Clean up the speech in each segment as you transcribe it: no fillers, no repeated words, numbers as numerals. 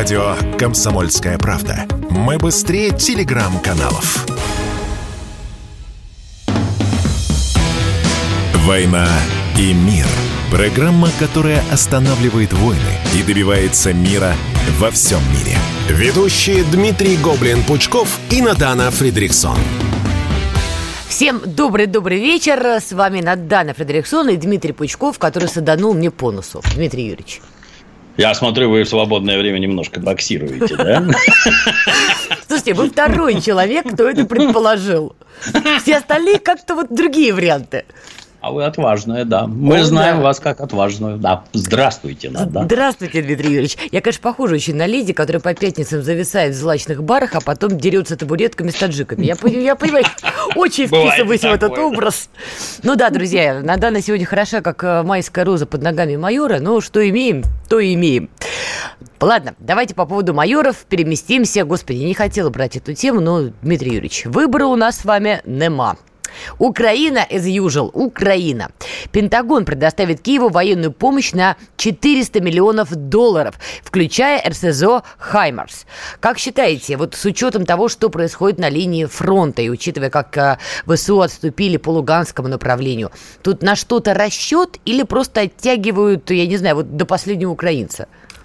Радио «Комсомольская правда». Мы быстрее телеграм-каналов. «Война и мир». Программа, которая останавливает войны и добивается мира во всем мире. Ведущие Дмитрий Гоблин-Пучков и Надана Фридрихсон. Всем добрый вечер. С вами Надана Фридрихсон и Дмитрий Пучков, который саданул мне по носу. Дмитрий Юрьевич. Я смотрю, вы в свободное время немножко боксируете, да? Слушайте, вы второй человек, кто это предположил. Все остальные как-то вот другие варианты. А вы отважная, да. Мы знаем вас как отважную, да. Здравствуйте, да. Здравствуйте, Дмитрий Юрьевич. Я, конечно, похожа очень на леди, которая по пятницам зависает в злачных барах, а потом дерется табуретками с таджиками. Я понимаю, очень вписываюсь в этот образ. Ну да, друзья, Надана сегодня хороша, как майская роза под ногами майора, но что имеем, то и имеем. Ладно, давайте по поводу майоров переместимся. Господи, не хотела брать эту тему, но, Дмитрий Юрьевич, выбора у нас с вами нема. Украина, as usual, Украина. Пентагон предоставит Киеву военную помощь на $400 миллионов, включая РСЗО «Хаймарс». Как считаете, вот с учетом того, что происходит на линии фронта, и учитывая, как ВСУ отступили по Луганскому направлению, тут на что-то расчет или просто оттягивают, я не знаю, вот до последнего украинца?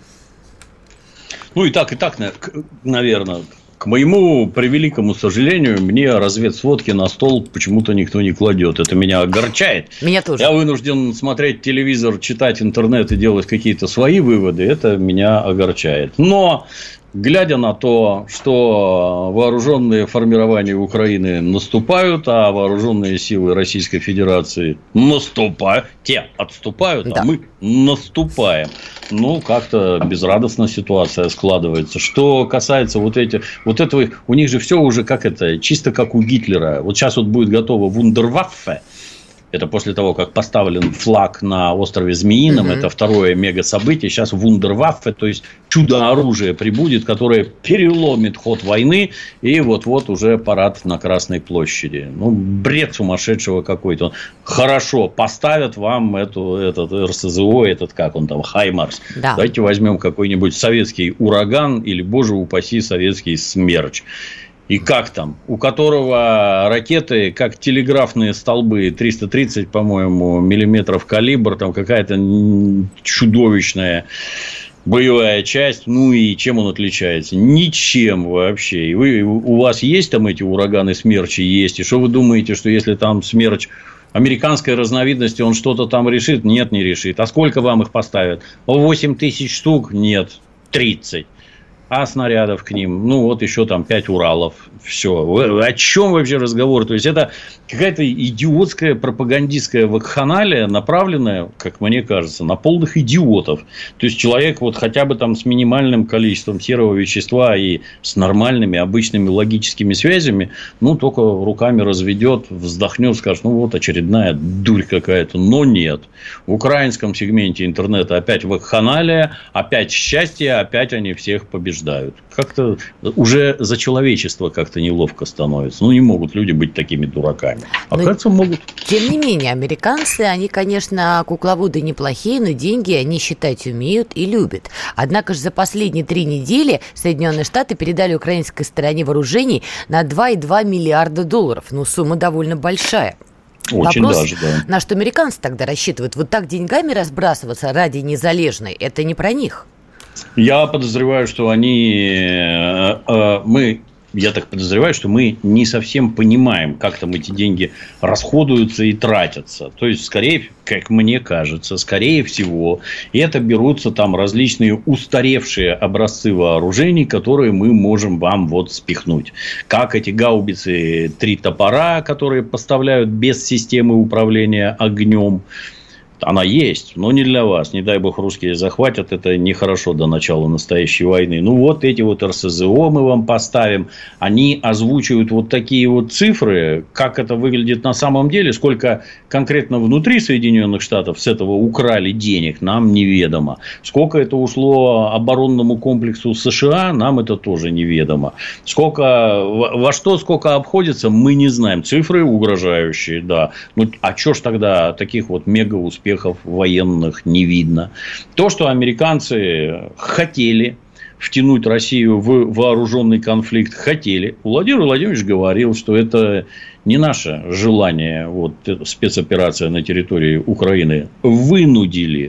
Ну и так, наверное. К моему превеликому сожалению, мне разведсводки на стол почему-то никто не кладет. Это меня огорчает. Меня тоже. Я вынужден смотреть телевизор, читать интернет и делать какие-то свои выводы. Это меня огорчает. Но, глядя на то, что вооруженные формирования Украины наступают, а вооруженные силы Российской Федерации наступают, те отступают, да. А мы наступаем. Ну, как-то безрадостная ситуация складывается. Что касается вот этого, у них же все уже чисто как у Гитлера. Вот сейчас вот будет готово вундерваффе. Это после того, как поставлен флаг на острове Змеином. Это второе мега-событие. Сейчас вундерваффе, то есть чудо-оружие прибудет, которое переломит ход войны. И вот-вот уже парад на Красной площади. Ну, бред сумасшедшего какой-то. Хорошо, поставят вам этот РСЗО, «Хаймарс». Да. Давайте возьмем какой-нибудь советский ураган или, боже упаси, советский смерч. И как там? У которого ракеты, как телеграфные столбы, 330, по-моему, миллиметров калибр, там какая-то чудовищная боевая часть. Ну и чем он отличается? Ничем вообще. И у вас есть там эти ураганы смерчи? Есть. И что вы думаете, что если там смерч американской разновидности, он что-то там решит? Нет, не решит. А сколько вам их поставят? 8 тысяч штук? Нет, 30. А снарядов к ним, еще там 5 Уралов. Все. О чем вообще разговор? То есть, это какая-то идиотская пропагандистская вакханалия, направленная, как мне кажется, на полных идиотов. То есть, человек хотя бы там с минимальным количеством серого вещества и с нормальными обычными логическими связями, только руками разведет, вздохнет, скажет, очередная дурь какая-то. Но нет. В украинском сегменте интернета опять вакханалия, опять счастье, опять они всех побеждают. Как-то уже за человечество как-то неловко становится. Не могут люди быть такими дураками. Кажется, могут. Тем не менее, американцы, они, конечно, кукловоды неплохие, но деньги они считать умеют и любят. Однако же за последние 3 недели Соединенные Штаты передали украинской стороне вооружений на $2,2 миллиарда. Сумма довольно большая. Очень вопрос, даже, да. На что американцы тогда рассчитывают? Вот так деньгами разбрасываться ради незалежной, это не про них. Я подозреваю, что я так подозреваю, что мы не совсем понимаем, как там эти деньги расходуются и тратятся. То есть, как мне кажется, скорее всего, это берутся там различные устаревшие образцы вооружений, которые мы можем вам спихнуть. Как эти гаубицы 3 топора, которые поставляют без системы управления огнем. Она есть, но не для вас. Не дай бог русские захватят. Это нехорошо до начала настоящей войны. Эти РСЗО мы вам поставим. Они озвучивают такие цифры, как это выглядит на самом деле. Сколько конкретно внутри Соединенных Штатов с этого украли денег, нам неведомо. Сколько это ушло оборонному комплексу США, нам это тоже неведомо. Сколько обходится, мы не знаем. Цифры угрожающие, да. А что ж тогда таких мега успехов военных не видно? То, что американцы хотели втянуть Россию в вооруженный конфликт, хотели. Владимир Владимирович говорил, что это не наше желание, вот, спецоперация на территории Украины. Вынудили.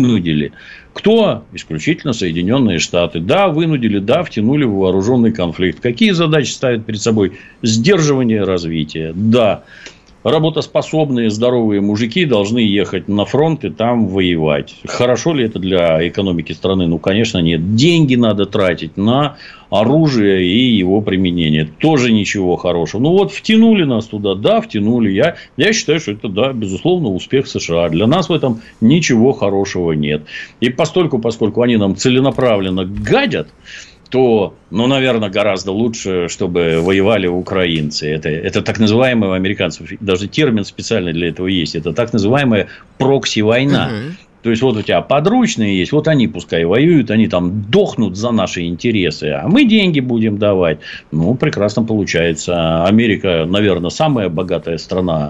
Кто? Исключительно Соединенные Штаты. Да, вынудили, да, втянули в вооруженный конфликт. Какие задачи ставят перед собой? Сдерживание развития. Да. Работоспособные, здоровые мужики должны ехать на фронт и там воевать. Хорошо ли это для экономики страны? Ну, конечно, нет. Деньги надо тратить на оружие и его применение. Тоже ничего хорошего. Ну, вот втянули нас туда. Да, втянули. Я считаю, что это, да, безусловно, успех США. Для нас в этом ничего хорошего нет. И поскольку они нам целенаправленно гадят, то, ну, наверное, гораздо лучше, чтобы воевали украинцы. Это так называемая у американцев, даже термин специальный для этого есть. Это так называемая прокси-война. То есть, вот у тебя подручные есть, вот они пускай воюют, они там дохнут за наши интересы, а мы деньги будем давать. Ну, прекрасно получается. Америка, наверное, самая богатая страна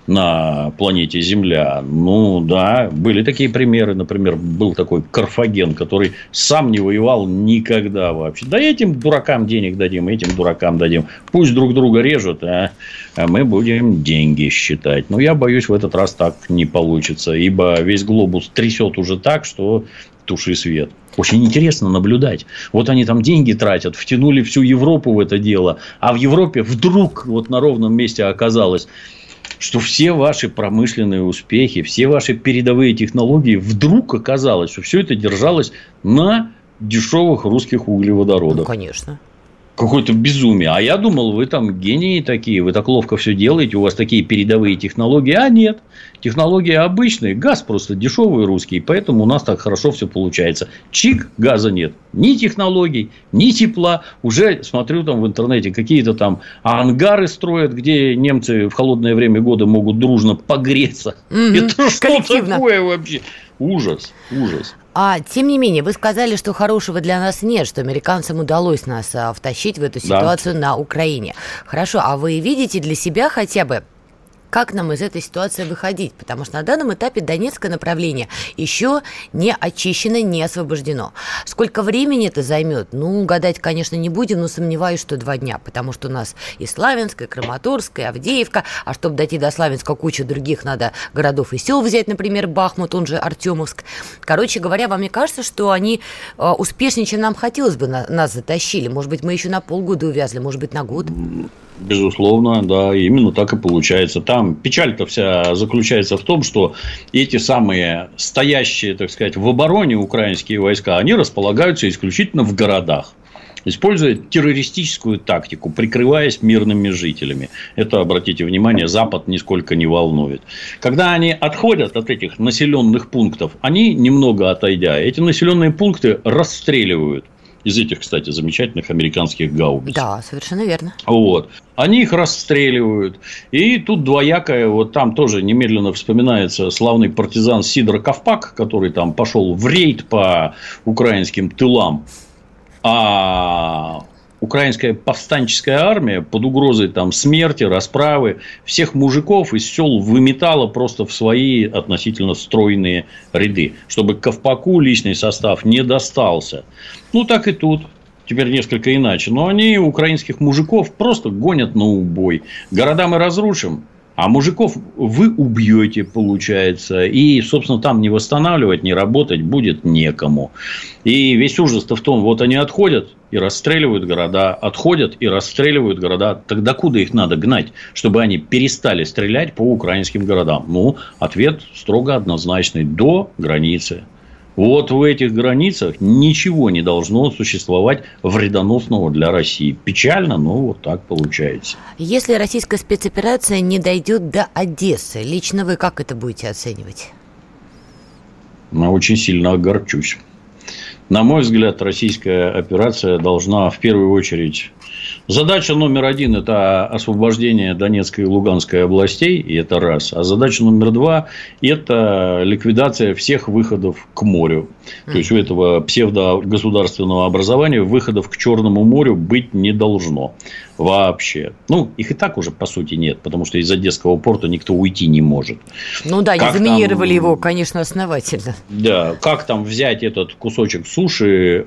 на планете Земля. Ну, да, были такие примеры. Например, был такой Карфаген, который сам не воевал никогда вообще. Да этим дуракам денег дадим, этим дуракам дадим. Пусть друг друга режут, а мы будем деньги считать. Но я боюсь, в этот раз так не получится. Ибо весь глобус трясет уже так, что туши свет. Очень интересно наблюдать. Вот они там деньги тратят, втянули всю Европу в это дело. А в Европе вдруг вот на ровном месте оказалось, что все ваши промышленные успехи, все ваши передовые технологии, вдруг оказалось, что все это держалось на дешевых русских углеводородах. Ну, конечно. Какое-то безумие. А я думал, вы там гении такие, вы так ловко все делаете, у вас такие передовые технологии. А нет, технологии обычные, газ просто дешевый русский, поэтому у нас так хорошо все получается. Чик, газа нет. Ни технологий, ни тепла. Уже смотрю там в интернете, какие-то там ангары строят, где немцы в холодное время года могут дружно погреться. Это что такое вообще? Ужас. А тем не менее, вы сказали, что хорошего для нас нет, что американцам удалось нас втащить в эту ситуацию на Украине. Хорошо, а вы видите для себя хотя бы, как нам из этой ситуации выходить? Потому что на данном этапе Донецкое направление еще не очищено, не освобождено. Сколько времени это займет? Ну, гадать, конечно, не будем, но сомневаюсь, что 2 дня. Потому что у нас и Славянск, и Краматорск, и Авдеевка. А чтобы дойти до Славянска, куча других надо городов и сел взять, например, Бахмут, он же Артемовск. Короче говоря, вам не кажется, что они успешнее, чем нам хотелось бы, нас затащили? Может быть, мы еще на полгода увязли, может быть, на год? Безусловно, да, именно так и получается. Там печаль-то вся заключается в том, что эти самые стоящие, так сказать, в обороне украинские войска, они располагаются исключительно в городах, используя террористическую тактику, прикрываясь мирными жителями. Это, обратите внимание, Запад нисколько не волнует. Когда они отходят от этих населенных пунктов, они, немного отойдя, эти населенные пункты расстреливают. Из этих, кстати, замечательных американских гаубиц. Да, совершенно верно. Вот. Они их расстреливают. И тут двоякое. Вот там тоже немедленно вспоминается славный партизан Сидор Ковпак, который там пошел в рейд по украинским тылам. А украинская повстанческая армия под угрозой там смерти, расправы всех мужиков из сел выметала просто в свои относительно стройные ряды, чтобы Ковпаку личный состав не достался. Ну, так и тут. Теперь несколько иначе. Но они украинских мужиков просто гонят на убой. Города мы разрушим, а мужиков вы убьете, получается. И, собственно, там не восстанавливать, не работать будет некому. И весь ужас-то в том, вот они отходят и расстреливают города, отходят и расстреливают города. Тогда куда их надо гнать, чтобы они перестали стрелять по украинским городам? Ну, ответ строго однозначный: до границы. Вот в этих границах ничего не должно существовать вредоносного для России. Печально, но вот так получается. Если российская спецоперация не дойдет до Одессы, лично вы как это будете оценивать? Я очень сильно огорчусь. На мой взгляд, российская операция должна в первую очередь Задача номер 1 – это освобождение Донецкой и Луганской областей, и это раз. А задача номер 2 – это ликвидация всех выходов к морю. То есть, у этого псевдогосударственного образования выходов к Черному морю быть не должно вообще. Ну, их и так уже, по сути, нет, потому что из Одесского порта никто уйти не может. Ну да, не заминировали его, конечно, основательно. Да, как там взять этот кусочек суши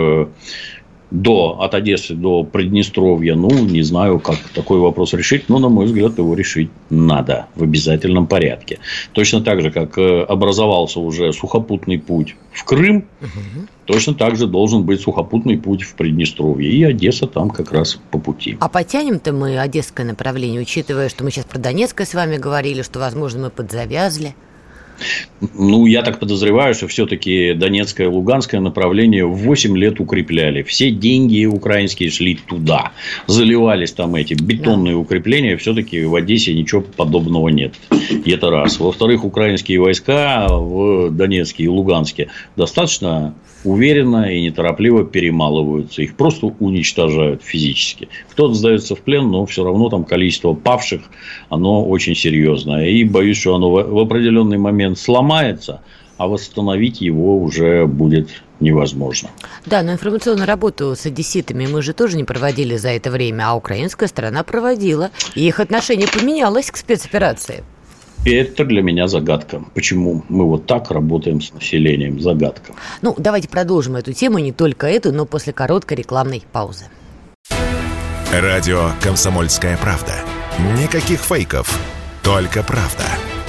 от Одессы до Приднестровья, не знаю, как такой вопрос решить, но, на мой взгляд, его решить надо в обязательном порядке. Точно так же, как образовался уже сухопутный путь в Крым, точно так же должен быть сухопутный путь в Приднестровье. И Одесса там как раз по пути. А потянем-то мы одесское направление, учитывая, что мы сейчас про Донецкое с вами говорили, что, возможно, мы подзавязли? Я так подозреваю, что все-таки Донецкое и Луганское направление 8 лет укрепляли. Все деньги украинские шли туда. Заливались там эти бетонные укрепления. Все-таки в Одессе ничего подобного нет. И это раз. Во-вторых, украинские войска в Донецке и Луганске достаточно уверенно и неторопливо перемалываются. Их просто уничтожают физически. Кто-то сдается в плен, но все равно там количество павших, оно очень серьезное. И боюсь, что оно в определенный момент сломается, а восстановить его уже будет невозможно. Да, но информационную работу с одесситами мы же тоже не проводили за это время, а украинская сторона проводила. И их отношение поменялось к спецоперации. И это для меня загадка. Почему мы вот так работаем с населением? Загадка. Давайте продолжим эту тему, не только эту, но после короткой рекламной паузы. Радио «Комсомольская правда». Никаких фейков, только правда.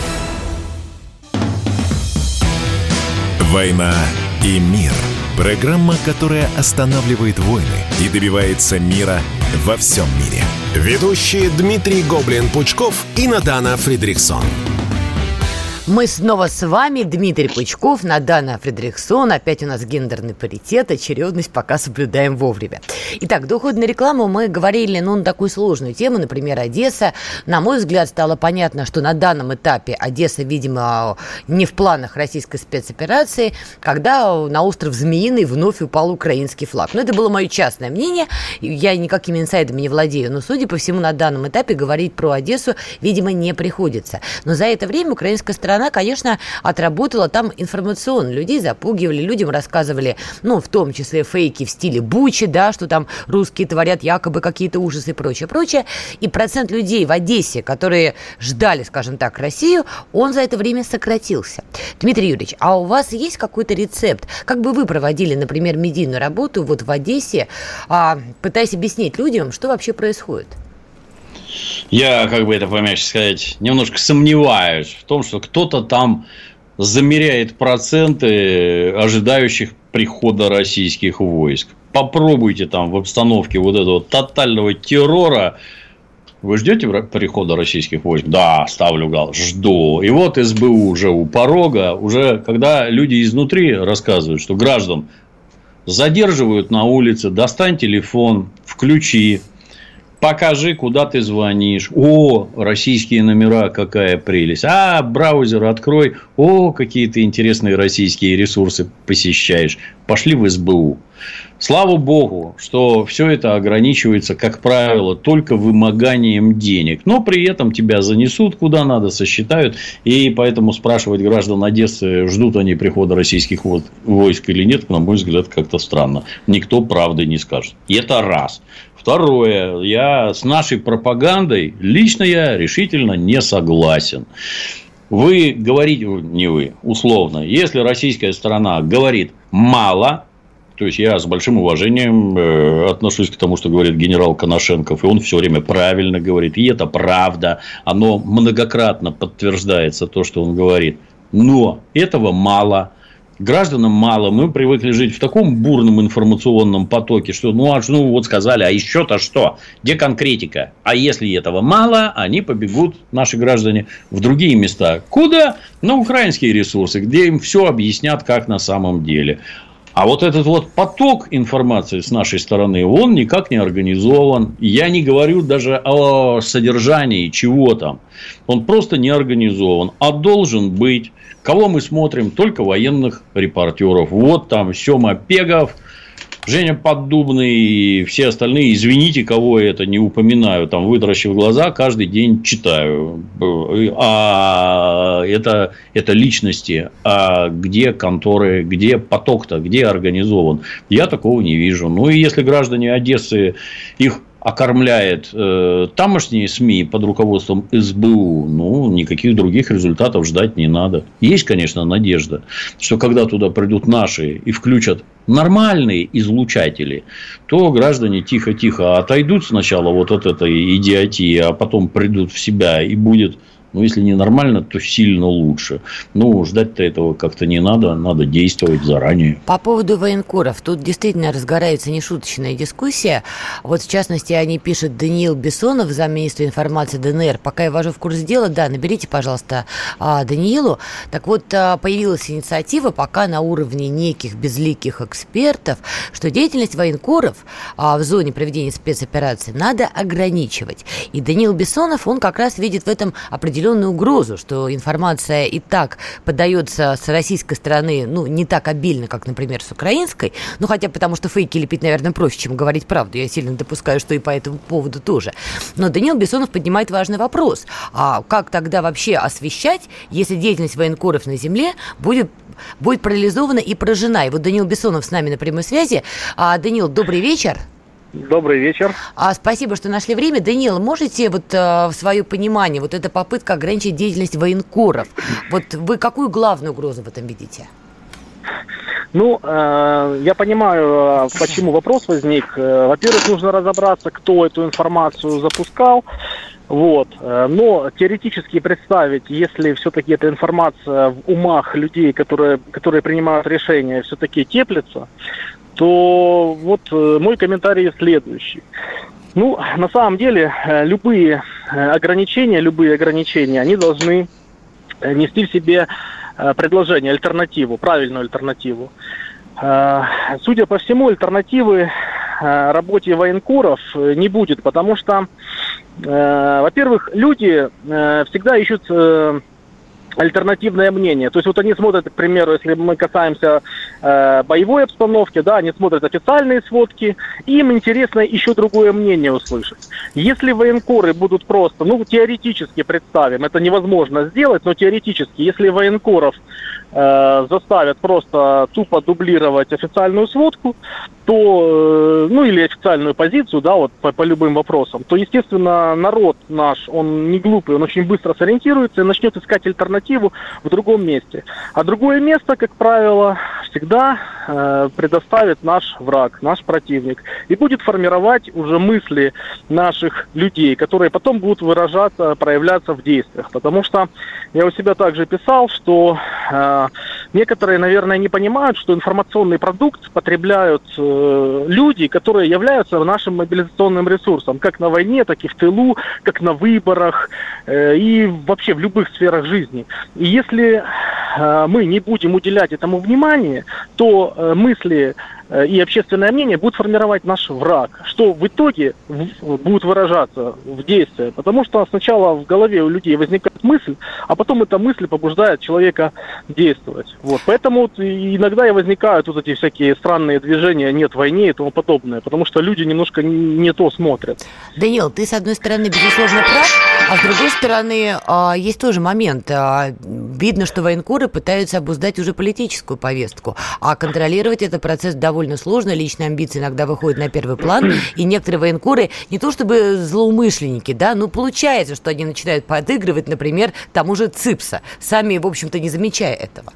«Война и мир». Программа, которая останавливает войны и добивается мира во всем мире. Ведущие Дмитрий Гоблин-Пучков и Надана Фридрихсон. Мы снова с вами, Дмитрий Пучков, Надана Фридрихсон. Опять у нас гендерный паритет, очередность пока соблюдаем вовремя. Итак, до ухода на рекламу мы говорили на такую сложную тему, например, Одесса. На мой взгляд, стало понятно, что на данном этапе Одесса, видимо, не в планах российской спецоперации, когда на остров Змеиный вновь упал украинский флаг. Это было мое частное мнение, я никакими инсайдами не владею, но, судя по всему, на данном этапе говорить про Одессу, видимо, не приходится. Но за это время украинская сторона, конечно, отработала там информационно. Людей запугивали, людям рассказывали, в том числе фейки в стиле Бучи, да, что там русские творят якобы какие-то ужасы и прочее, прочее. И процент людей в Одессе, которые ждали, скажем так, Россию, он за это время сократился. Дмитрий Юрьевич, а у вас есть какой-то рецепт? Как бы вы проводили, например, медийную работу вот в Одессе, пытаясь объяснить людям, что вообще происходит? Я, это помягче сказать, немножко сомневаюсь в том, что кто-то там замеряет проценты ожидающих прихода российских войск. Попробуйте там в обстановке вот этого тотального террора. Вы ждете прихода российских войск? Да, ставлю галочку, жду. И вот СБУ уже у порога, уже когда люди изнутри рассказывают, что граждан задерживают на улице, достань телефон, включи. Покажи, куда ты звонишь. О, российские номера, какая прелесть. Браузер открой. О, какие ты интересные российские ресурсы посещаешь. Пошли в СБУ. Слава богу, что все это ограничивается, как правило, только вымоганием денег. Но при этом тебя занесут куда надо, сосчитают. И поэтому спрашивать граждан Одессы, ждут они прихода российских войск или нет, на мой взгляд, как-то странно. Никто правды не скажет. И это раз. Второе, я с нашей пропагандой лично я решительно не согласен. Вы говорите, не вы, условно, если российская сторона говорит мало, то есть я с большим уважением отношусь к тому, что говорит генерал Коношенков, и он все время правильно говорит, и это правда, оно многократно подтверждается, то, что он говорит, но этого мало. Гражданам мало, мы привыкли жить в таком бурном информационном потоке, что вот сказали, а еще-то что? Где конкретика? А если этого мало, они побегут, наши граждане, в другие места. Куда? На украинские ресурсы, где им все объяснят, как на самом деле. А вот этот поток информации с нашей стороны, он никак не организован. Я не говорю даже о содержании чего там. Он просто не организован. А должен быть. Кого мы смотрим? Только военных репортеров. Вот там Сёма Пегов Женя Поддубный и все остальные, извините, кого я это не упоминаю, там, вытаращив глаза, каждый день читаю. А это личности, а где конторы, где поток-то, где организован. Я такого не вижу. Ну, и если граждане Одессы их окормляет тамошние СМИ под руководством СБУ, ну, никаких других результатов ждать не надо. Есть, конечно, надежда, что когда туда придут наши и включат нормальные излучатели, то граждане тихо-тихо отойдут сначала вот от этой идиотии, а потом придут в себя и будет... Ну, если не нормально, то сильно лучше. Ну, ждать-то этого как-то не надо. Надо действовать заранее. По поводу военкоров. Тут действительно разгорается нешуточная дискуссия. Вот, в частности, они пишут: Даниил Бессонов, замминистра информации ДНР. Пока я ввожу в курс дела, да, наберите, пожалуйста, Даниилу. Так вот, появилась инициатива пока на уровне неких безликих экспертов, что деятельность военкоров в зоне проведения спецоперации надо ограничивать. И Даниил Бессонов, он как раз видит в этом определенную угрозу, что информация и так подается с российской стороны, ну, не так обильно, как, например, с украинской, ну, хотя потому что фейки лепить, наверное, проще, чем говорить правду. Я сильно допускаю, что и по этому поводу тоже. Но Даниил Бессонов поднимает важный вопрос. А как тогда вообще освещать, если деятельность военкоров на земле будет парализована и поражена? И вот Даниил Бессонов с нами на прямой связи. Даниил, добрый вечер. Добрый вечер. Спасибо, что нашли время. Даниил, можете вот в свое понимание, вот эта попытка ограничить деятельность военкоров, вот вы какую главную угрозу в этом видите? Ну, я понимаю, почему вопрос возник. Во-первых, нужно разобраться, кто эту информацию запускал. Вот. Но теоретически представить, если все-таки эта информация в умах людей, которые принимают решения, все-таки теплится, то вот мой комментарий следующий. Ну, на самом деле, любые ограничения, они должны нести в себе предложение, альтернативу, правильную альтернативу. Судя по всему, альтернативы работе военкоров не будет, потому что, во-первых, люди всегда ищут альтернативное мнение. То есть вот они смотрят, к примеру, если мы касаемся боевой обстановки, да, они смотрят официальные сводки, и им интересно еще другое мнение услышать. Если военкоры будут просто, ну, теоретически представим, это невозможно сделать, но теоретически, если военкоров заставят просто тупо дублировать официальную сводку, то, ну, или официальную позицию, да, вот по любым вопросам, то, естественно, народ наш, он не глупый, он очень быстро сориентируется и начнет искать альтернативу в другом месте. А другое место, как правило, всегда предоставит наш враг, наш противник, и будет формировать уже мысли наших людей, которые потом будут выражаться, проявляться в действиях. Потому что я у себя также писал, что некоторые, наверное, не понимают, что информационный продукт потребляют люди, которые являются нашим мобилизационным ресурсом, как на войне, так и в тылу, как на выборах и вообще в любых сферах жизни. И если мы не будем уделять этому внимания, то мысли и общественное мнение будут формировать наш враг, что в итоге будет выражаться в действии. Потому что сначала в голове у людей возникает мысль, а потом эта мысль побуждает человека действовать. Вот. Поэтому вот иногда и возникают вот эти всякие странные движения «нет войне» и тому подобное, потому что люди немножко не то смотрят. Даниил, ты с одной стороны, безусловно, прав, а с другой стороны, есть тоже момент. Видно, что военкоры пытаются обуздать уже политическую повестку, а контролировать этот процесс довольно сложно, личные амбиции иногда выходят на первый план, и некоторые военкоры не то чтобы злоумышленники, да, но получается, что они начинают подыгрывать, например, тому же ЦИПСа, сами, в общем-то, не замечая этого.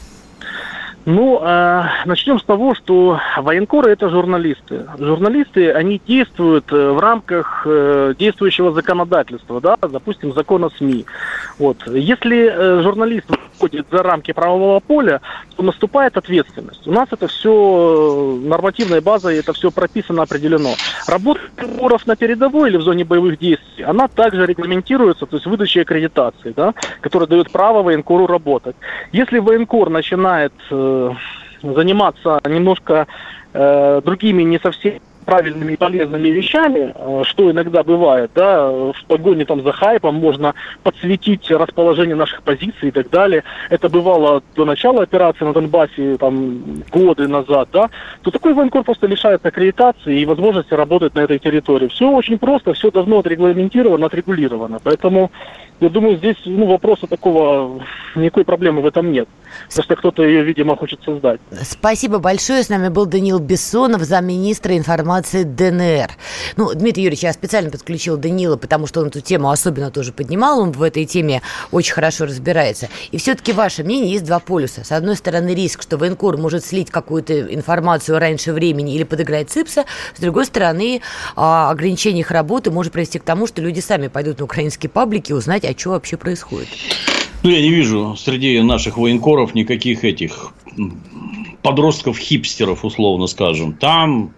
Ну, начнем с того, что военкоры – это журналисты. Журналисты, они действуют в рамках действующего законодательства, да, допустим, закона СМИ. Вот. Если журналист выходит за рамки правового поля, то наступает ответственность. У нас это все нормативной базой, это все прописано, определено. Работа военкоров на передовой или в зоне боевых действий, она также регламентируется, то есть выдачей аккредитации, да, которая дает право военкору работать. Если военкор начинает заниматься немножко другими не совсем правильными и полезными вещами, что иногда бывает, да, в погоне там за хайпом можно подсветить расположение наших позиций и так далее. Это бывало до начала операции на Донбассе, там, годы назад, да, то такой военкор просто лишается аккредитации и возможности работать на этой территории. Все очень просто, все давно отрегламентировано, отрегулировано. Поэтому, я думаю, здесь вопроса такого, никакой проблемы в этом нет. Просто кто-то ее, видимо, хочет создать. Спасибо большое. С нами был Даниил Бессонов, замминистра информации ДНР. Дмитрий Юрьевич, я специально подключил Даниила, потому что он эту тему особенно тоже поднимал. Он в этой теме очень хорошо разбирается. И все-таки ваше мнение, есть два полюса. С одной стороны, риск, что военкор может слить какую-то информацию раньше времени или подыграть ЦИПСа. С другой стороны, ограничение их работы может привести к тому, что люди сами пойдут на украинские паблики и узнать, а что вообще происходит. Я не вижу среди наших военкоров никаких этих подростков-хипстеров, условно скажем. Там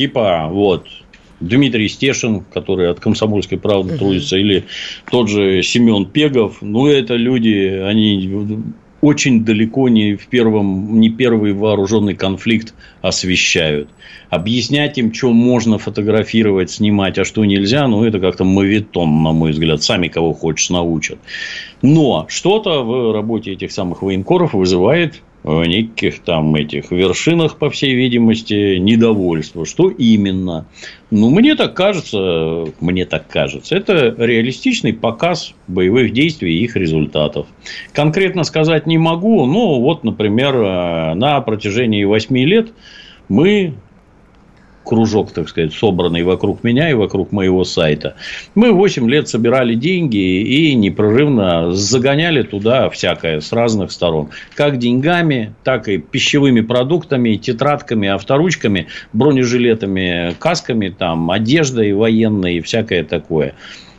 Дмитрий Стешин, который от «Комсомольской правды» трудится, или тот же Семен Пегов. Это люди, они очень далеко не первый вооруженный конфликт освещают. Объяснять им, что можно фотографировать, снимать, а что нельзя, это как-то моветон, на мой взгляд. Сами кого хочешь научат. Но что-то в работе этих самых военкоров вызывает в неких вершинах, по всей видимости, недовольство. Что именно? Мне так кажется, это реалистичный показ боевых действий и их результатов. Конкретно сказать не могу, например, на протяжении 8 лет мы, кружок, так сказать, собранный вокруг меня и вокруг моего сайта, мы 8 лет собирали деньги и непрерывно загоняли туда всякое с разных сторон. Как деньгами, так и пищевыми продуктами, тетрадками, авторучками, бронежилетами, касками, одеждой военной и всякое такое.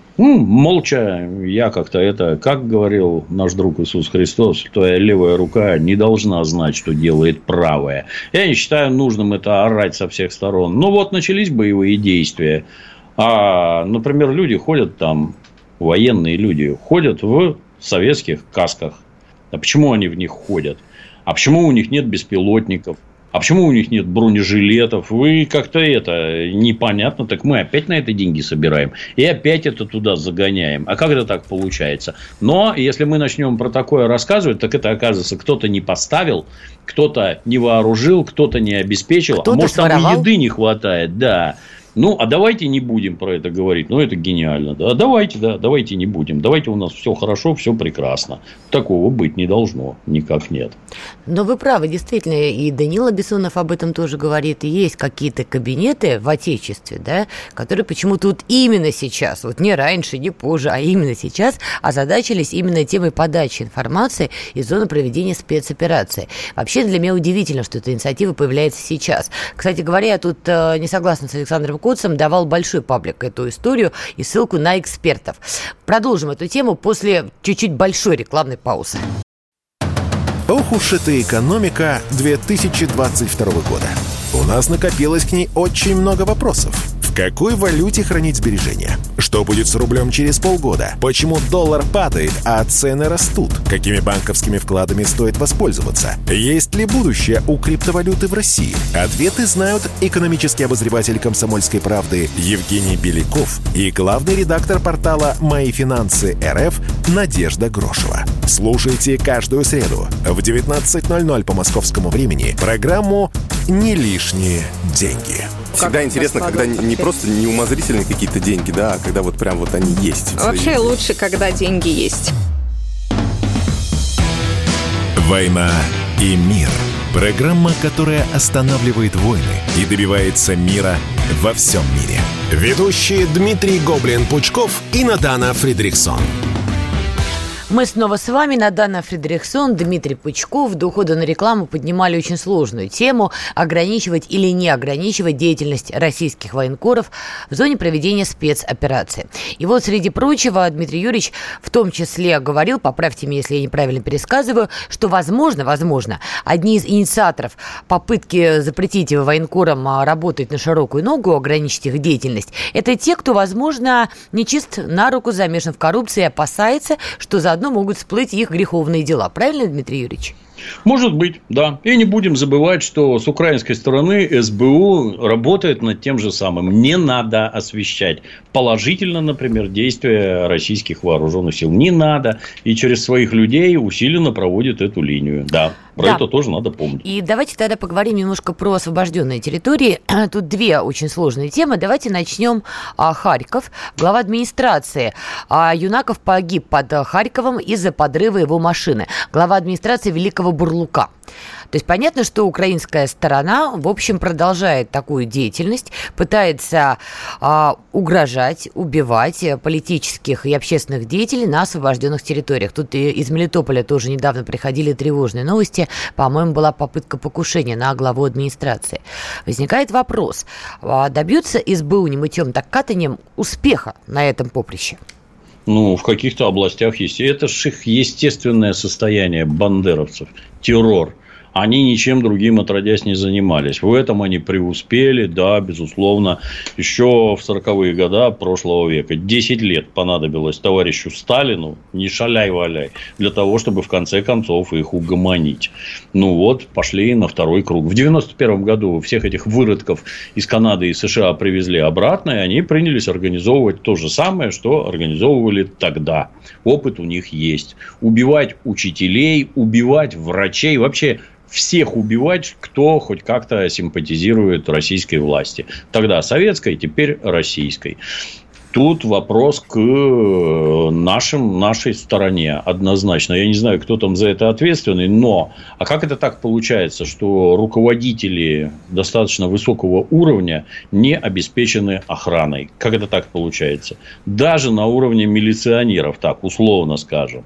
Молча я как-то как говорил наш друг Иисус Христос, твоя левая рука не должна знать, что делает правая. Я не считаю нужным это орать со всех сторон. Начались боевые действия. Например, люди ходят военные люди ходят в советских касках. А почему они в них ходят? А почему у них нет беспилотников? А почему у них нет бронежилетов? Вы как-то непонятно. Так мы опять на это деньги собираем. И опять это туда загоняем. А как это так получается? Но если мы начнем про такое рассказывать, так это, оказывается, кто-то не поставил, кто-то не вооружил, кто-то не обеспечил. Кто-то может, своровал? там и еды не хватает. Да. А давайте не будем про это говорить. Это гениально. Да? Давайте не будем. Давайте у нас все хорошо, все прекрасно. Такого быть не должно. Никак нет. Но вы правы, действительно. И Данила Бессонов об этом тоже говорит. И есть какие-то кабинеты в Отечестве, да, которые почему-то именно сейчас, не раньше, не позже, а именно сейчас озадачились именно темой подачи информации из зоны проведения спецоперации. Вообще для меня удивительно, что эта инициатива появляется сейчас. Кстати говоря, я тут не согласна с Александром Коцем, давал большой паблик эту историю и ссылку на экспертов. Продолжим эту тему после чуть-чуть большой рекламной паузы. Ох уж эта экономика 2022 года. У нас накопилось к ней очень много вопросов. В какой валюте хранить сбережения? Что будет с рублем через полгода? Почему доллар падает, а цены растут? Какими банковскими вкладами стоит воспользоваться? Есть ли будущее у криптовалюты в России? Ответы знают экономический обозреватель «Комсомольской правды» Евгений Беляков и главный редактор портала «Мои финансы РФ» Надежда Грошева. Слушайте каждую среду в 19:00 по московскому времени программу «Не лишние деньги». Всегда интересно, когда не просто не умозрительные какие-то деньги, да, а когда прям они есть. Вообще лучше, когда деньги есть. «Война и мир». Программа, которая останавливает войны и добивается мира во всем мире. Ведущие Дмитрий Гоблин-Пучков и Надана Фридрихсон. Мы снова с вами, Надана Фридрихсон, Дмитрий Пучков. До ухода на рекламу поднимали очень сложную тему – ограничивать или не ограничивать деятельность российских военкоров в зоне проведения спецоперации. И среди прочего, Дмитрий Юрьевич в том числе говорил, поправьте меня, если я неправильно пересказываю, что возможно, одни из инициаторов попытки запретить военкорам работать на широкую ногу, ограничить их деятельность, это те, кто, возможно, нечист на руку, замешан в коррупции и опасается, что заодно могут всплыть их греховные дела. Правильно, Дмитрий Юрьевич? Может быть, да. И не будем забывать, что с украинской стороны СБУ работает над тем же самым. Не надо освещать положительно, например, действия российских вооруженных сил. Не надо. И через своих людей усиленно проводит эту линию. Да. Про это тоже надо помнить. И давайте тогда поговорим немножко про освобожденные территории. Тут две очень сложные темы. Давайте начнем. Харьков. Глава администрации Юнаков погиб под Харьковом из-за подрыва его машины. Глава администрации Великого Бурлука. То есть понятно, что украинская сторона, в общем, продолжает такую деятельность, пытается угрожать, убивать политических и общественных деятелей на освобожденных территориях. Тут и из Мелитополя тоже недавно приходили тревожные новости. По-моему, была попытка покушения на главу администрации. Возникает вопрос, добьются СБУ не мытьем, так катанием успеха на этом поприще? В каких-то областях есть. Это же их естественное состояние бандеровцев. Террор. Они ничем другим, отродясь, не занимались. В этом они преуспели, да, безусловно, еще в 40-е годы прошлого века. 10 лет понадобилось товарищу Сталину, не шаляй-валяй, для того, чтобы в конце концов их угомонить. Пошли на второй круг. В 91 году всех этих выродков из Канады и США привезли обратно, и они принялись организовывать то же самое, что организовывали тогда. Опыт у них есть. Убивать учителей, убивать врачей, вообще всех убивать, кто хоть как-то симпатизирует российской власти. Тогда советской, теперь российской. Тут вопрос к нашей стороне однозначно. Я не знаю, кто там за это ответственный, но как это так получается, что руководители достаточно высокого уровня не обеспечены охраной? Как это так получается? Даже на уровне милиционеров, так условно скажем.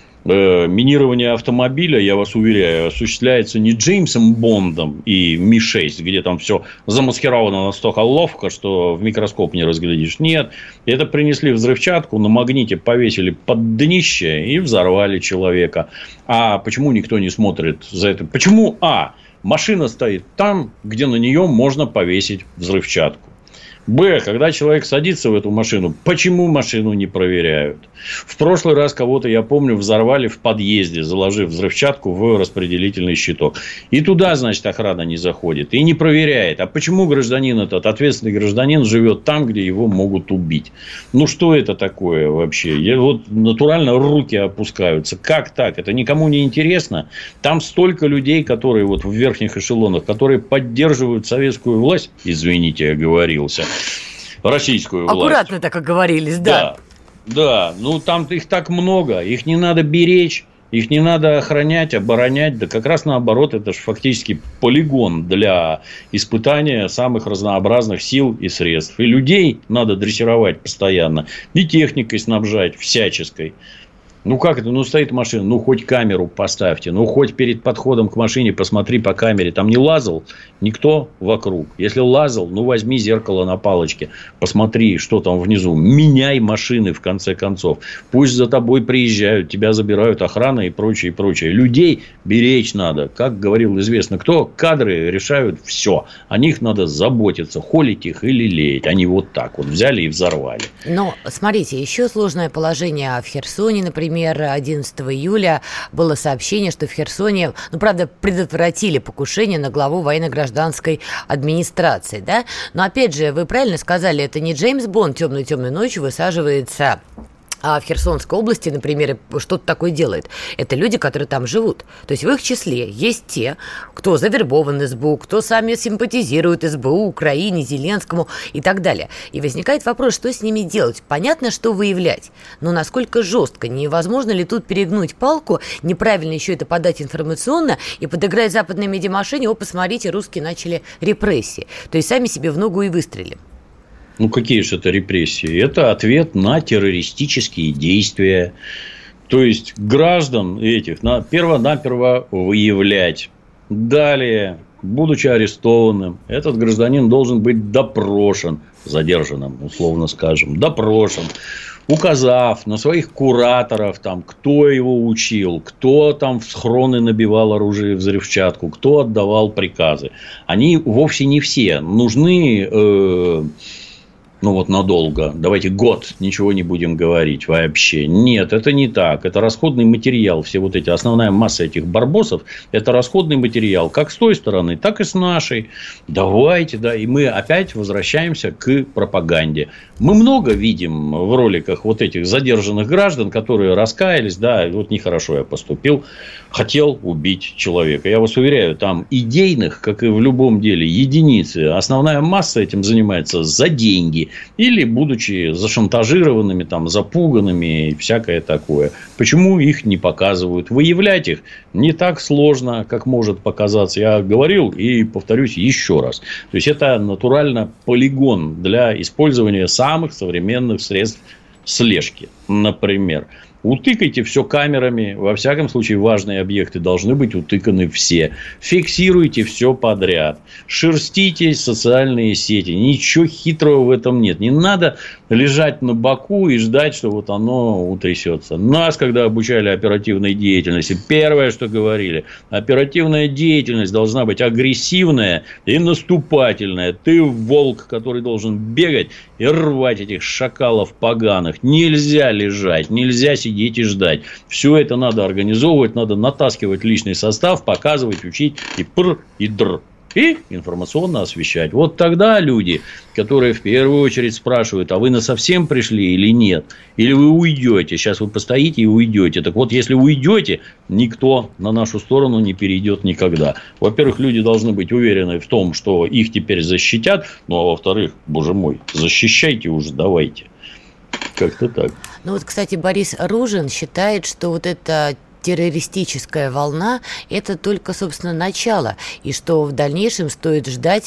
Минирование автомобиля, я вас уверяю, осуществляется не Джеймсом Бондом и Ми-6, где там все замаскировано настолько ловко, что в микроскоп не разглядишь. Нет, это принесли взрывчатку, на магните повесили под днище и взорвали человека. А почему никто не смотрит за это? Почему машина стоит там, где на нее можно повесить взрывчатку? Б. Когда человек садится в эту машину, почему машину не проверяют? В прошлый раз кого-то, я помню, взорвали в подъезде, заложив взрывчатку в распределительный щиток. И туда, значит, охрана не заходит и не проверяет. А почему гражданин этот, ответственный гражданин, живет там, где его могут убить? Что это такое вообще? Натурально руки опускаются. Как так? Это никому не интересно. Там столько людей, которые в верхних эшелонах, которые поддерживают советскую власть. Извините, я оговорился. Российскую власть. Аккуратно так оговорились, да. Да. Там их так много. Их не надо беречь. Их не надо охранять, оборонять. Да как раз наоборот, это же фактически полигон для испытания самых разнообразных сил и средств. И людей надо дрессировать постоянно. И техникой снабжать всяческой. Как это? Стоит машина, хоть камеру поставьте, хоть перед подходом к машине посмотри по камере. Там не лазал никто вокруг. Если лазал, возьми зеркало на палочке, посмотри, что там внизу. Меняй машины, в конце концов. Пусть за тобой приезжают, тебя забирают охрана и прочее, и прочее. Людей беречь надо. Как говорил известно кто, кадры решают все. О них надо заботиться, холить их или лелеять. Они так взяли и взорвали. Но, смотрите, еще сложное положение в Херсоне, например. 11 июля было сообщение, что в Херсоне, правда, предотвратили покушение на главу военно-гражданской администрации, да? Но, опять же, вы правильно сказали, это не Джеймс Бонд темной-темной ночью высаживается в Херсонской области, например, что-то такое делает. Это люди, которые там живут. То есть в их числе есть те, кто завербован СБУ, кто сами симпатизирует СБУ, Украине, Зеленскому и так далее. И возникает вопрос, что с ними делать? Понятно, что выявлять, но насколько жестко? Невозможно ли тут перегнуть палку, неправильно еще это подать информационно и подыграть западной медиамашине? Посмотрите, русские начали репрессии. То есть сами себе в ногу и выстрелили. Какие же это репрессии? Это ответ на террористические действия. То есть, граждан этих перво-наперво выявлять. Далее, будучи арестованным, этот гражданин должен быть допрошен, задержанным, условно скажем, допрошен, указав на своих кураторов, кто его учил, кто там в схроны набивал оружие, взрывчатку, кто отдавал приказы. Они вовсе не все нужны ну вот надолго, давайте год ничего не будем говорить вообще. Нет, это не так. Это расходный материал. Все вот эти, основная масса этих барбосов, это расходный материал. Как с той стороны, так и с нашей. Давайте, да. И мы опять возвращаемся к пропаганде. Мы много видим в роликах вот этих задержанных граждан, которые раскаялись, да, вот нехорошо я поступил, хотел убить человека. Я вас уверяю, там идейных, как и в любом деле, единицы. Основная масса этим занимается за деньги. Или будучи зашантажированными, там, запуганными и всякое такое. Почему их не показывают? Выявлять их не так сложно, как может показаться. Я говорил и повторюсь еще раз. То есть, это натурально полигон для использования самых современных средств слежки. Например, утыкайте все камерами. Во всяком случае, важные объекты должны быть утыканы все. Фиксируйте все подряд. Шерстите социальные сети. Ничего хитрого в этом нет. Не надо лежать на боку и ждать, что вот оно утрясется. Нас, когда обучали оперативной деятельности, первое, что говорили, оперативная деятельность должна быть агрессивная и наступательная. Ты волк, который должен бегать и рвать этих шакалов поганых. Нельзя лежать, нельзя сидеть и ждать. Все это надо организовывать, надо натаскивать личный состав, показывать, учить и пр, и др. И информационно освещать. Вот тогда люди, которые в первую очередь спрашивают, а вы насовсем пришли или нет? Или вы уйдете? Сейчас вы постоите и уйдете. Так вот, если уйдете, никто на нашу сторону не перейдет никогда. Во-первых, люди должны быть уверены в том, что их теперь защитят. Ну, а во-вторых, боже мой, защищайте уже, давайте. Как-то так. Ну, вот, кстати, Борис Ружин считает, что вот это террористическая волна – это только, собственно, начало, и что в дальнейшем стоит ждать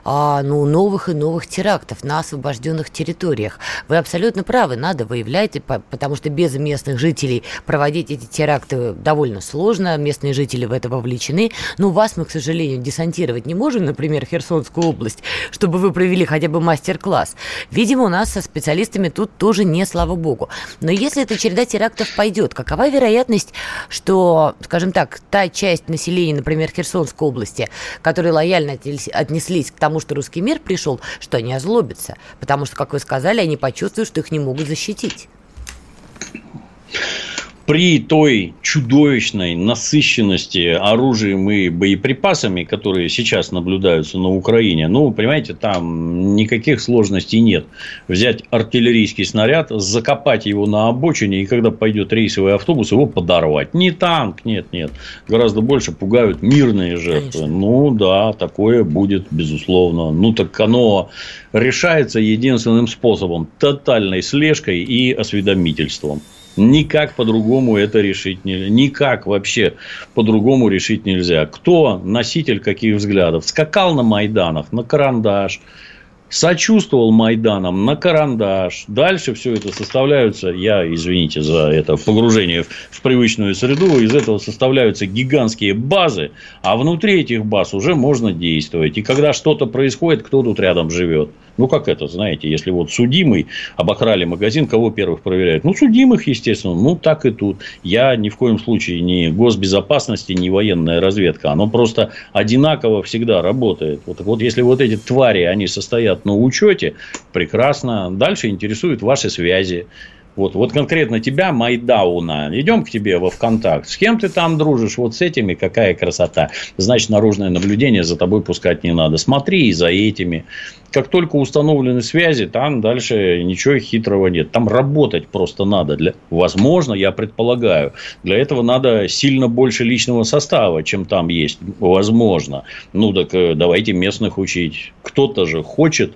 новых и новых терактов на освобожденных территориях. Вы абсолютно правы, надо выявлять, потому что без местных жителей проводить эти теракты довольно сложно, местные жители в это вовлечены, но вас мы, к сожалению, десантировать не можем, например, Херсонскую область, чтобы вы провели хотя бы мастер-класс. Видимо, у нас со специалистами тут тоже не, слава богу. Но если эта череда терактов пойдет, какова вероятность, что, скажем так, та часть населения, например, Херсонской области, которые лояльно отнеслись к тому, что русский мир пришел, что они озлобятся? Потому что, как вы сказали, они почувствуют, что их не могут защитить. При той чудовищной насыщенности оружием и боеприпасами, которые сейчас наблюдаются на Украине, ну, понимаете, там никаких сложностей нет. Взять артиллерийский снаряд, закопать его на обочине, и когда пойдет рейсовый автобус, его подорвать. Не танк, нет. Гораздо больше пугают мирные жертвы. Конечно. Ну, да, такое будет, безусловно. Ну, так оно решается единственным способом – тотальной слежкой и осведомительством. Никак по-другому это решить нельзя. Никак вообще по-другому решить нельзя. Кто носитель каких взглядов? Скакал на Майданах, на карандаш. Сочувствовал Майданам, на карандаш. Дальше все это составляются, извините за это погружение в привычную среду, из этого составляются гигантские базы, а внутри этих баз уже можно действовать. И когда что-то происходит, кто тут рядом живет? Ну, как это, знаете, если вот судимый обокрали магазин, кого первых проверяют? Ну, судимых, естественно. Ну, так и тут. Я ни в коем случае не госбезопасности, не военная разведка. Оно просто одинаково всегда работает. Вот если вот эти твари, они состоят на учете, прекрасно. Дальше интересуют ваши связи. Вот конкретно тебя, Майдауна, идем к тебе во ВКонтакт. С кем ты там дружишь? Вот с этими какая красота. Значит, наружное наблюдение за тобой пускать не надо. Смотри и за этими. Как только установлены связи, там дальше ничего хитрого нет. Там работать просто надо. Возможно, я предполагаю, для этого надо сильно больше личного состава, чем там есть. Возможно. Ну, так давайте местных учить. Кто-то же хочет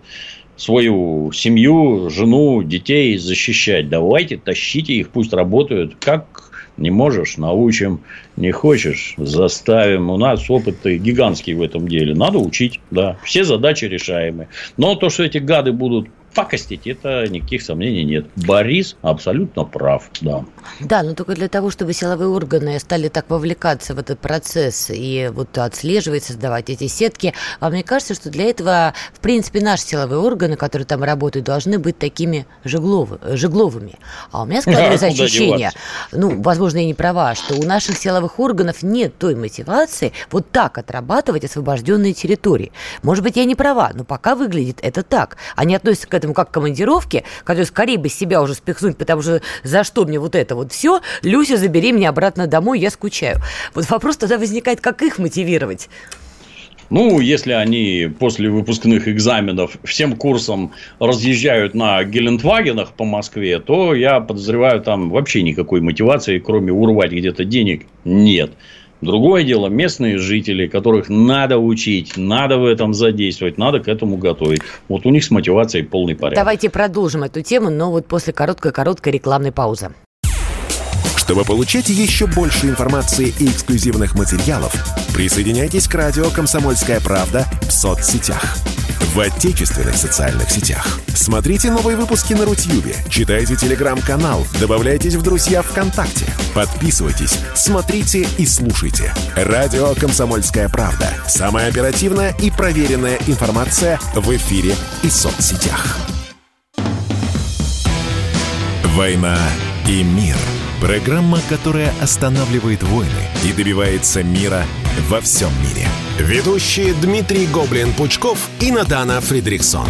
свою семью, жену, детей защищать. Давайте, тащите их, пусть работают. Как не можешь, научим. Не хочешь, заставим. У нас опыт гигантский в этом деле. Надо учить, да. Все задачи решаемы. Но то, что эти гады будут пакостить, это никаких сомнений нет. Борис абсолютно прав, да. Да, но только для того, чтобы силовые органы стали так вовлекаться в этот процесс и вот отслеживать, создавать эти сетки, вам не кажется, что для этого, в принципе, наши силовые органы, которые там работают, должны быть такими жегловыми? А у меня складывается ощущение, возможно, я не права, что у наших силовых органов нет той мотивации вот так отрабатывать освобожденные территории. Может быть, я не права, но пока выглядит это так. Они относятся к этому как к командировке, которую скорее бы себя уже спихнуть, потому что за что мне вот это вот все, Люся, забери меня обратно домой, я скучаю. Вот вопрос тогда возникает, как их мотивировать? Ну, если они после выпускных экзаменов всем курсом разъезжают на Гелендвагенах по Москве, то я подозреваю, там вообще никакой мотивации, кроме урвать где-то денег, нет. Другое дело, местные жители, которых надо учить, надо в этом задействовать, надо к этому готовить. Вот у них с мотивацией полный порядок. Давайте продолжим эту тему, но вот после короткой рекламной паузы. Чтобы получать еще больше информации и эксклюзивных материалов, присоединяйтесь к радио «Комсомольская правда» в соцсетях. В отечественных социальных сетях. Смотрите новые выпуски на Рутьюбе, читайте телеграм-канал, добавляйтесь в друзья ВКонтакте, подписывайтесь, смотрите и слушайте. Радио «Комсомольская правда». Самая оперативная и проверенная информация в эфире и соцсетях. «Война и мир». Программа, которая останавливает войны и добивается мира во всем мире. Ведущие Дмитрий Гоблин-Пучков и Надана Фридрихсон.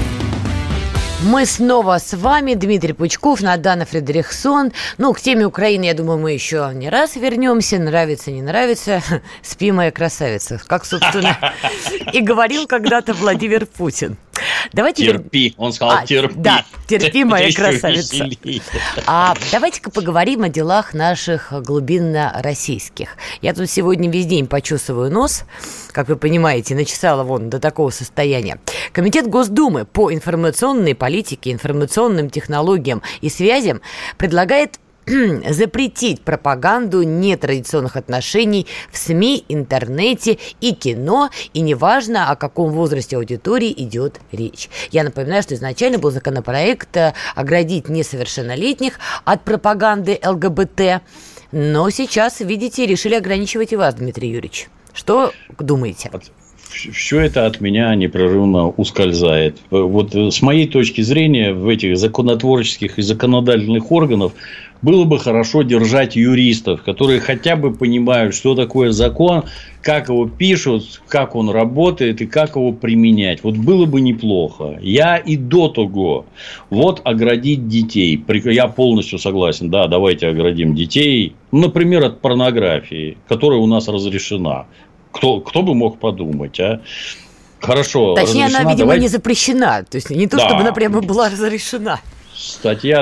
Мы снова с вами, Дмитрий Пучков, Надана Фридрихсон. Ну, к теме Украины, я думаю, мы еще не раз вернемся. Нравится, не нравится. Спи, моя красавица. Как, собственно, и говорил когда-то Владимир Путин. Давайте терпи, он сказал, терпи. Да, терпи, моя красавица. Давайте-ка поговорим о делах наших глубинно-российских. Я тут сегодня весь день почесываю нос, как вы понимаете, начесала вон до такого состояния. Комитет Госдумы по информационной политике, информационным технологиям и связям предлагает запретить пропаганду нетрадиционных отношений в СМИ, интернете и кино, и неважно, о каком возрасте аудитории идет речь. Я напоминаю, что изначально был законопроект оградить несовершеннолетних от пропаганды ЛГБТ, но сейчас, видите, решили ограничивать и вас, Дмитрий Юрьевич. Что думаете? Все это от меня непрерывно ускользает. Вот с моей точки зрения, в этих законотворческих и законодательных органах было бы хорошо держать юристов, которые хотя бы понимают, что такое закон, как его пишут, как он работает и как его применять. Вот было бы неплохо. Я и до того. Вот оградить детей. Я полностью согласен. Да, давайте оградим детей. Например, от порнографии, которая у нас разрешена. Кто бы мог подумать, а? Хорошо. Точнее, она, видимо, не запрещена. То есть, не то, чтобы она прямо была разрешена. Статья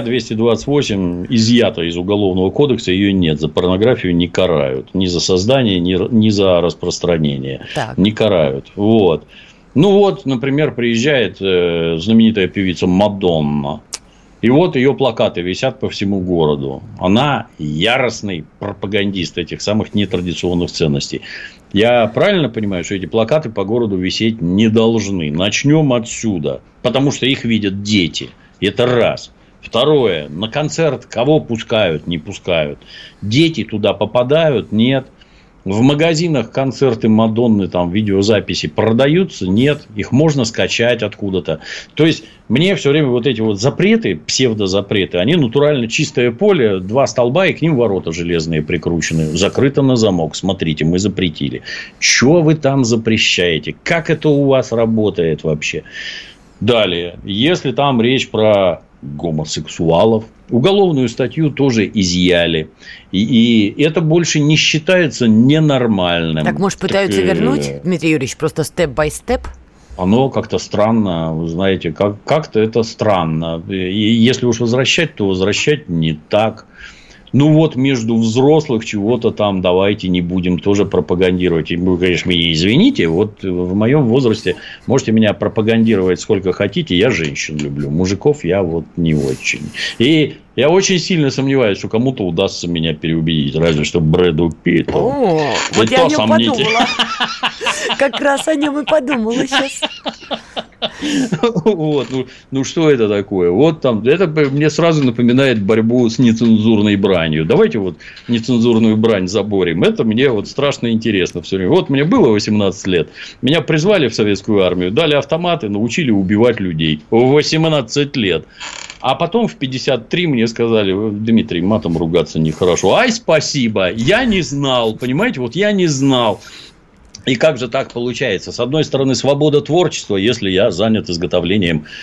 228 изъята из Уголовного кодекса, ее нет. За порнографию не карают. Ни за создание, ни за распространение. Так. Не карают. Вот. Ну, вот, например, приезжает знаменитая певица Мадонна. И вот ее плакаты висят по всему городу. Она яростный пропагандист этих самых нетрадиционных ценностей. Я правильно понимаю, что эти плакаты по городу висеть не должны? Начнем отсюда. Потому что их видят дети. Это раз. Второе. На концерт кого пускают, не пускают? Дети туда попадают? Нет. В магазинах концерты Мадонны, там видеозаписи продаются? Нет. Их можно скачать откуда-то. То есть, мне все время вот эти вот запреты, псевдозапреты, они натурально чистое поле, 2 столба и к ним ворота железные прикручены. Закрыто на замок. Смотрите, мы запретили. Чего вы там запрещаете? Как это у вас работает вообще? Далее. Если там речь про гомосексуалов, уголовную статью тоже изъяли. И это больше не считается ненормальным. Так, может, пытаются вернуть, Дмитрий Юрьевич, просто степ-бай-степ? Оно как-то странно, вы знаете, как-то это странно. И если уж возвращать, то возвращать не так. Ну, вот между взрослых чего-то там давайте не будем тоже пропагандировать. И вы, конечно, меня извините, вот в моем возрасте можете меня пропагандировать сколько хотите. Я женщин люблю, мужиков я вот не очень. И я очень сильно сомневаюсь, что кому-то удастся меня переубедить. Разве что Брэду Питту. Вот я о нем подумала. Как раз о нем и подумала сейчас. Вот, ну что это такое? Вот там, это мне сразу напоминает борьбу с нецензурной бранью. Давайте вот нецензурную брань заборем. Это мне вот страшно интересно все время. Вот мне было 18 лет. Меня призвали в советскую армию, дали автоматы, научили убивать людей. В 18 лет. А потом в 53 мне сказали: Дмитрий, матом ругаться нехорошо. Ай, спасибо, я не знал. Понимаете, вот я не знал. И как же так получается? С одной стороны, свобода творчества, если я занят изготовлением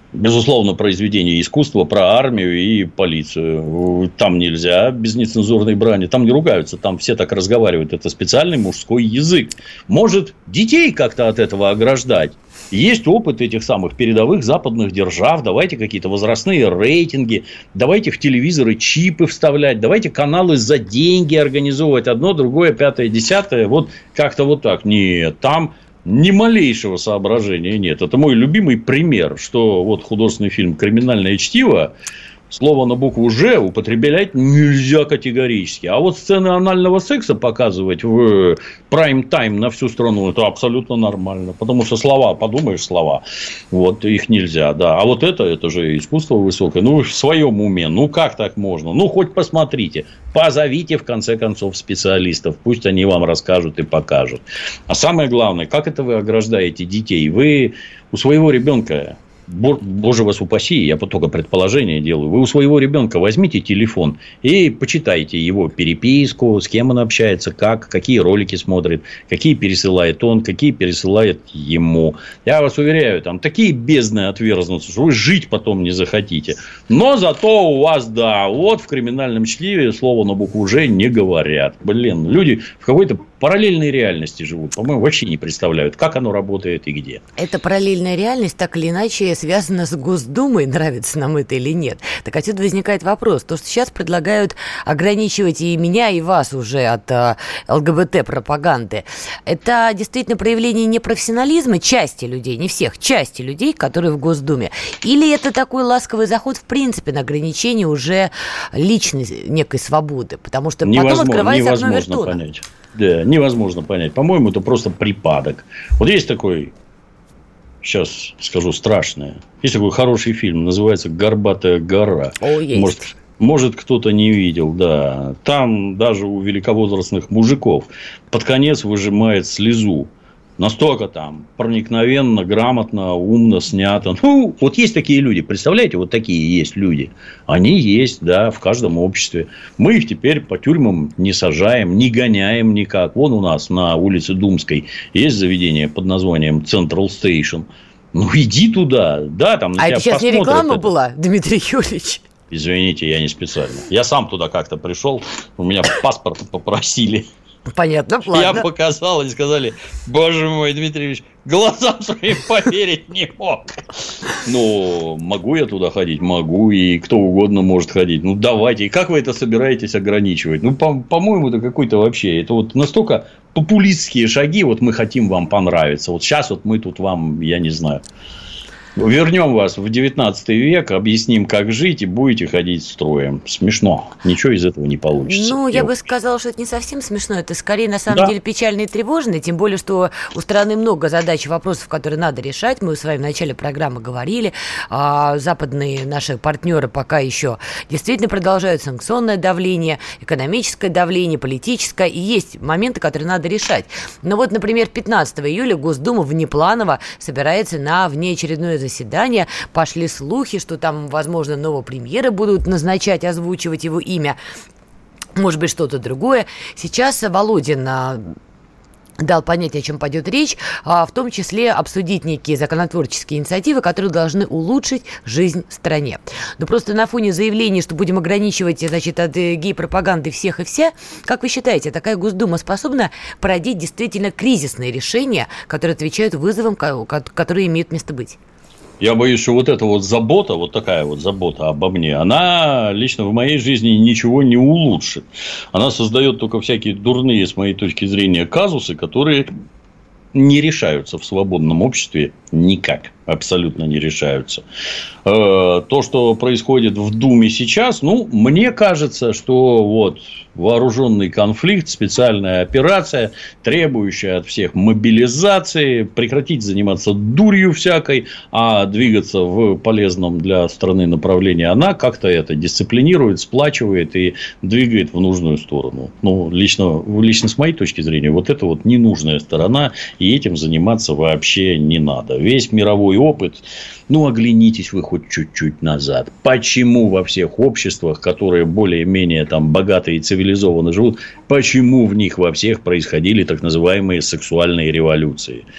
безусловно, произведение искусства про армию и полицию. Там нельзя без нецензурной брани. Там не ругаются, там все так разговаривают. Это специальный мужской язык. Может, детей как-то от этого ограждать? Есть опыт этих самых передовых западных держав. Давайте какие-то возрастные рейтинги. Давайте в телевизоры чипы вставлять. Давайте каналы за деньги организовывать. Одно, другое, пятое, десятое. Вот как-то вот так. Нет, там... Ни малейшего соображения нет. Это мой любимый пример, что вот художественный фильм «Криминальное чтиво», слово на букву «Ж» употреблять нельзя категорически. А вот сцены анального секса показывать в прайм-тайм на всю страну, это абсолютно нормально. Потому что слова, подумаешь, слова, вот их нельзя, да. А вот это же искусство высокое. Ну, в своем уме, ну, как так можно? Ну, хоть посмотрите. Позовите, в конце концов, специалистов. Пусть они вам расскажут и покажут. А самое главное, как это вы ограждаете детей? Вы у своего ребенка... Боже вас упаси, я только предположение делаю. Вы у своего ребенка возьмите телефон и почитайте его переписку, с кем он общается, какие ролики смотрит, какие пересылает он, какие пересылает ему. Я вас уверяю, там такие бездны отверзнутся, что вы жить потом не захотите. Но зато у вас, да, вот в «Криминальном чтиве» слово на букву «Ж» не говорят. Блин, люди в какой-то параллельной реальности живут. По-моему, вообще не представляют, как оно работает и где. Эта параллельная реальность так или иначе связана с Госдумой, нравится нам это или нет. Так отсюда возникает вопрос. То, что сейчас предлагают ограничивать и меня, и вас уже от ЛГБТ-пропаганды, это действительно проявление непрофессионализма части людей, не всех, части людей, которые в Госдуме? Или это такой ласковый заход, в принципе, на ограничение уже личной некой свободы? Потому что потом открывается окно Вертуна. Понять. Да, невозможно понять. По-моему, это просто припадок. Вот есть такой, сейчас скажу страшное, есть такой хороший фильм, называется «Горбатая гора». Может, кто-то не видел, да. Там даже у великовозрастных мужиков под конец выжимает слезу. Настолько там проникновенно, грамотно, умно снято. Ну, вот есть такие люди. Представляете, вот такие есть люди. Они есть, да, в каждом обществе. Мы их теперь по тюрьмам не сажаем, не гоняем никак. Вон у нас на улице Думской есть заведение под названием Central Station. Ну, иди туда. Да, там на тебя это сейчас не реклама была, Дмитрий Юрьевич? Извините, я не специально. Я сам туда как-то пришел. У меня паспорт попросили. Понятно, ладно. Я показал, они сказали: боже мой, Дмитрий Ильич, глазам своим поверить не мог. Ну, могу я туда ходить? Могу, и кто угодно может ходить. Ну, давайте. И как вы это собираетесь ограничивать? Ну, по-моему, это какой-то вообще... Это вот настолько популистские шаги, вот мы хотим вам понравиться. Вот сейчас вот мы тут вам, я не знаю... Вернем вас в 19 век, объясним, как жить, и будете ходить строем. Смешно. Ничего из этого не получится. Ну, я бы сказала, что это не совсем смешно. Это скорее, на самом деле, печально и тревожно. Тем более, что у страны много задач и вопросов, которые надо решать. Мы с вами в начале программы говорили. Западные наши партнеры пока еще действительно продолжают санкционное давление, экономическое давление, политическое. И есть моменты, которые надо решать. Но вот, например, 15 июля Госдума внепланово собирается на внеочередное заседание. Пошли слухи, что там, возможно, нового премьера будут назначать, озвучивать его имя. Может быть, что-то другое. Сейчас Володин дал понять, о чем пойдет речь, в том числе обсудить некие законотворческие инициативы, которые должны улучшить жизнь в стране. Но просто на фоне заявлений, что будем ограничивать, значит, от гей-пропаганды всех и вся, как вы считаете, такая Госдума способна породить действительно кризисные решения, которые отвечают вызовам, которые имеют место быть? Я боюсь, что вот эта вот забота, вот такая вот забота обо мне, она лично в моей жизни ничего не улучшит. Она создает только всякие дурные, с моей точки зрения, казусы, которые не решаются в свободном обществе никак. Абсолютно не решаются. То, что происходит в Думе сейчас, ну, мне кажется, что вот вооруженный конфликт, специальная операция, требующая от всех мобилизации, прекратить заниматься дурью всякой, а двигаться в полезном для страны направлении, она как-то это дисциплинирует, сплачивает и двигает в нужную сторону. Ну, лично с моей точки зрения, вот это вот ненужная сторона, и этим заниматься вообще не надо. Весь мировой опыт, ну, оглянитесь вы хоть чуть-чуть назад. Почему во всех обществах, которые более-менее там богатые и цивилизованно живут, почему в них во всех происходили так называемые сексуальные революции?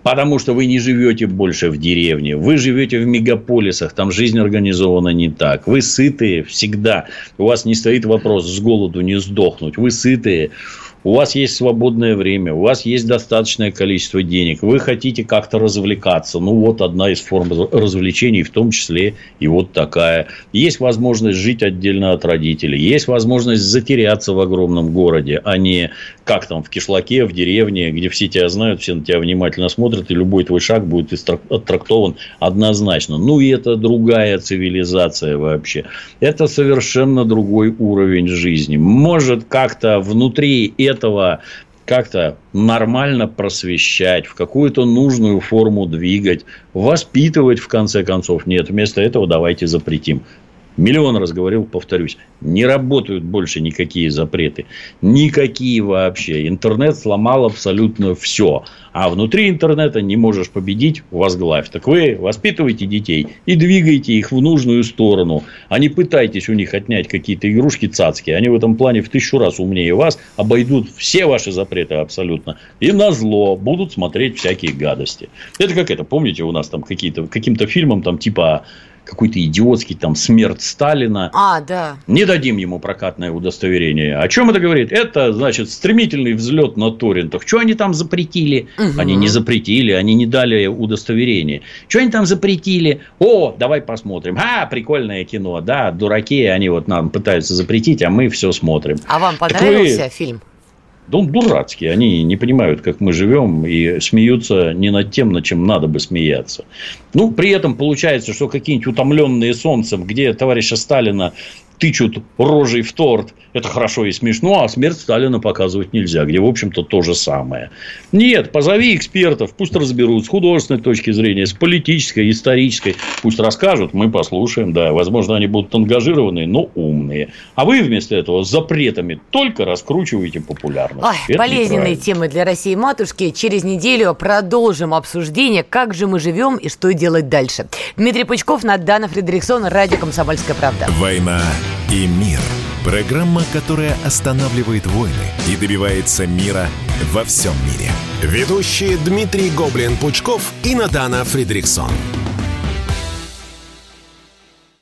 Потому что вы не живете больше в деревне. Вы живете в мегаполисах. Там жизнь организована не так. Вы сытые всегда. У вас не стоит вопрос с голоду не сдохнуть. Вы сытые. У вас есть свободное время, у вас есть достаточное количество денег, вы хотите как-то развлекаться. Ну, вот одна из форм развлечений, в том числе и вот такая. Есть возможность жить отдельно от родителей, есть возможность затеряться в огромном городе, а не как там в кишлаке, в деревне, где все тебя знают, все на тебя внимательно смотрят, и любой твой шаг будет оттрактован однозначно. Ну, и это другая цивилизация вообще. Это совершенно другой уровень жизни. Может, как-то внутри этого как-то нормально просвещать, в какую-то нужную форму двигать, воспитывать, в конце концов. Нет, вместо этого давайте запретим. Миллион раз говорил, повторюсь, не работают больше никакие запреты. Никакие вообще. Интернет сломал абсолютно все. А внутри интернета не можешь победить — возглавь. Так вы воспитывайте детей и двигайте их в нужную сторону. А не пытайтесь у них отнять какие-то игрушки цацкие. Они в этом плане в 1000 раз умнее вас. Обойдут все ваши запреты абсолютно. И назло будут смотреть всякие гадости. Это как это, помните, у нас там каким-то фильмом там типа... какой-то идиотский там «Смерть Сталина». Да. Не дадим ему прокатное удостоверение. О чем это говорит? Это, значит, стремительный взлет на торрентах. Что они там запретили? Угу. Они не запретили, они не дали удостоверение. Что они там запретили? Давай посмотрим. Прикольное кино. Да, дураки, они вот нам пытаются запретить, а мы все смотрим. А вам понравился фильм? Да он дурацкий. Они не понимают, как мы живем, и смеются не над тем, над чем надо бы смеяться. Ну, при этом получается, что какие-нибудь утомленные солнцем, где товарища Сталина тычут рожей в торт, это хорошо и смешно, а смерть Сталина показывать нельзя, где, в общем-то, то же самое. Нет, позови экспертов, пусть разберут с художественной точки зрения, с политической, исторической. Пусть расскажут, мы послушаем, да. Возможно, они будут ангажированные, но умные. А вы вместо этого с запретами только раскручиваете популярность. Болезненные темы для России-матушки. Через неделю продолжим обсуждение, как же мы живем и что делать дальше. Дмитрий Пучков, Надана Фридрихсон, радио «Комсомольская правда». «Война и мир». Программа, которая останавливает войны и добивается мира во всем мире. Ведущие Дмитрий Гоблин-Пучков и Надана Фридрихсон.